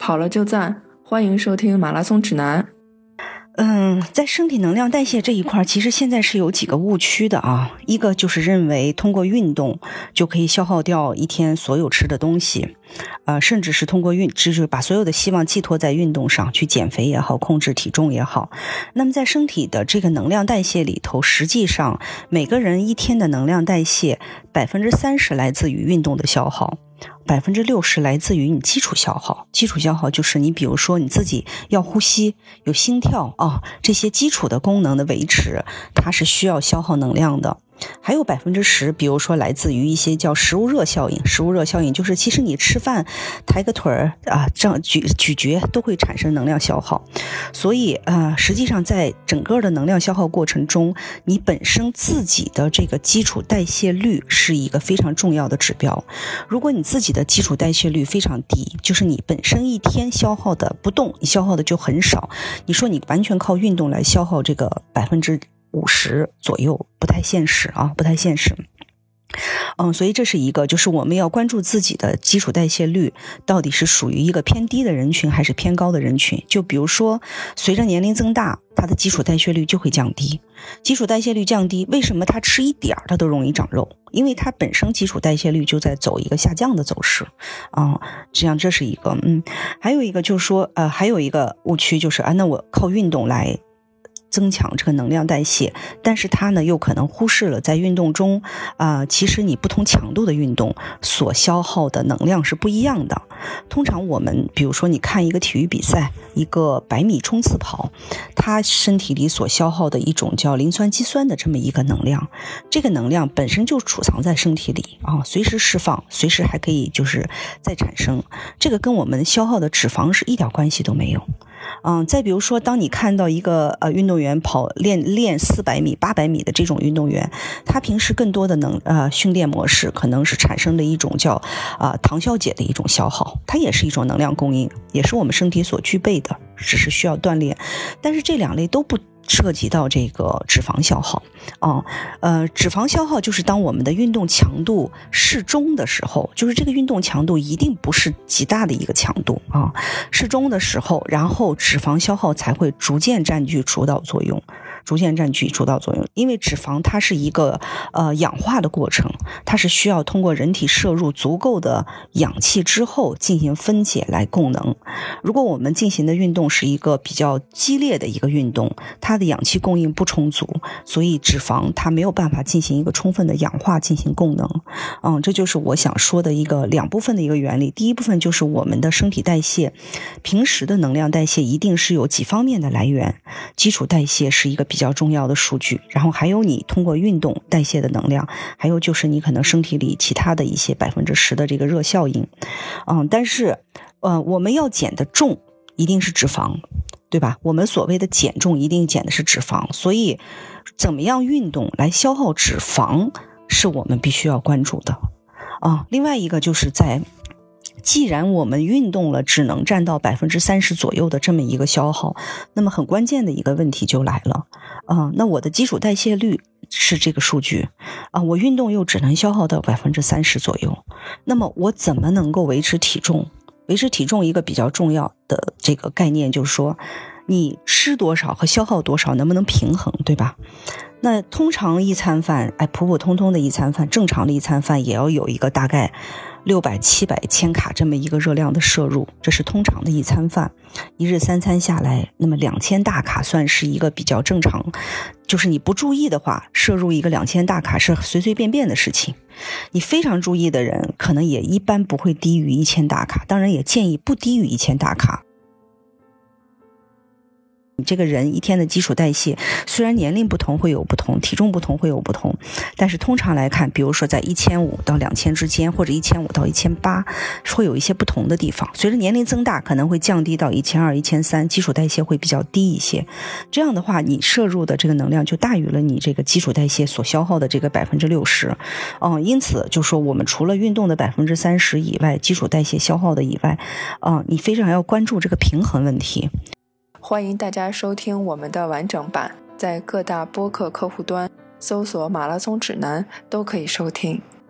跑了就赞，欢迎收听马拉松指南。 在身体能量代谢这一块，其实现在是有几个误区的啊。一个就是认为通过运动就可以消耗掉一天所有吃的东西，甚至是通过就是把所有的希望寄托在运动上，去减肥也好，控制体重也好。那么在身体的这个能量代谢里头，实际上每个人一天的能量代谢30%来自于运动的消耗。60%来自于你基础消耗，基础消耗就是你比如说你自己要呼吸，有心跳这些基础的功能的维持，它是需要消耗能量的。还有10%，比如说来自于一些叫食物热效应。食物热效应就是其实你吃饭抬个腿儿这样咀嚼都会产生能量消耗。所以实际上在整个的能量消耗过程中，你本身自己的这个基础代谢率是一个非常重要的指标。如果你自己的基础代谢率非常低，就是你本身一天消耗的不动，你消耗的就很少。你说你完全靠运动来消耗这个50%左右，不太现实。所以这是一个，就是我们要关注自己的基础代谢率到底是属于一个偏低的人群还是偏高的人群。就比如说随着年龄增大，他的基础代谢率就会降低。基础代谢率降低，为什么他吃一点他都容易长肉？因为他本身基础代谢率就在走一个下降的走势这是一个。还有一个就是说还有一个误区就是那我靠运动来增强这个能量代谢，但是它呢又可能忽视了在运动中其实你不同强度的运动所消耗的能量是不一样的。通常我们比如说你看一个体育比赛，一个100米冲刺跑，它身体里所消耗的一种叫磷酸肌酸的这么一个能量，这个能量本身就储藏在身体里随时释放，随时还可以就是再产生，这个跟我们消耗的脂肪是一点关系都没有。再比如说当你看到一个运动员练400米800米的这种运动员，他平时更多的训练模式可能是产生的一种叫糖消解的一种消耗，它也是一种能量供应，也是我们身体所具备的，只是需要锻炼。但是这两类都不涉及到这个脂肪消耗脂肪消耗就是当我们的运动强度适中的时候，就是这个运动强度一定不是极大的一个强度适中的时候，然后脂肪消耗才会逐渐占据主导作用。因为脂肪它是一个氧化的过程，它是需要通过人体摄入足够的氧气之后进行分解来供能。如果我们进行的运动是一个比较激烈的一个运动，它的氧气供应不充足，所以脂肪它没有办法进行一个充分的氧化进行供能。这就是我想说的两部分的一个原理。第一部分就是我们的身体代谢，平时的能量代谢一定是有几方面的来源，基础代谢是一个比较重要的数据，然后还有你通过运动代谢的能量，还有就是你可能身体里其他的一些10%的这个热效应。但是我们要减的重一定是脂肪，对吧？我们所谓的减重一定减的是脂肪，所以怎么样运动来消耗脂肪是我们必须要关注的另外一个就是既然我们运动了只能占到30%左右的这么一个消耗，那么很关键的一个问题就来了那我的基础代谢率是这个数据我运动又只能消耗到30%左右，那么我怎么能够维持体重？维持体重一个比较重要的这个概念就是说，你吃多少和消耗多少能不能平衡，对吧？那通常一餐饭普普通通的一餐饭，正常的一餐饭也要有一个大概600、700千卡这么一个热量的摄入，这是通常的一餐饭。一日3餐下来，那么2000大卡算是一个比较正常，就是你不注意的话，摄入一个2000大卡是随随便便的事情。你非常注意的人，可能也一般不会低于1000大卡，当然也建议不低于1000大卡。你这个人一天的基础代谢虽然年龄不同会有不同，体重不同会有不同，但是通常来看，比如说在1500到2000之间，或者1500到1800，会有一些不同的地方。随着年龄增大可能会降低到1200、1300，基础代谢会比较低一些。这样的话你摄入的这个能量就大于了你这个基础代谢所消耗的这个60%因此就说我们除了运动的30%以外，基础代谢消耗的以外你非常要关注这个平衡问题。 欢迎大家收听我们的完整版，在各大播客客户端搜索马拉松指南都可以收听。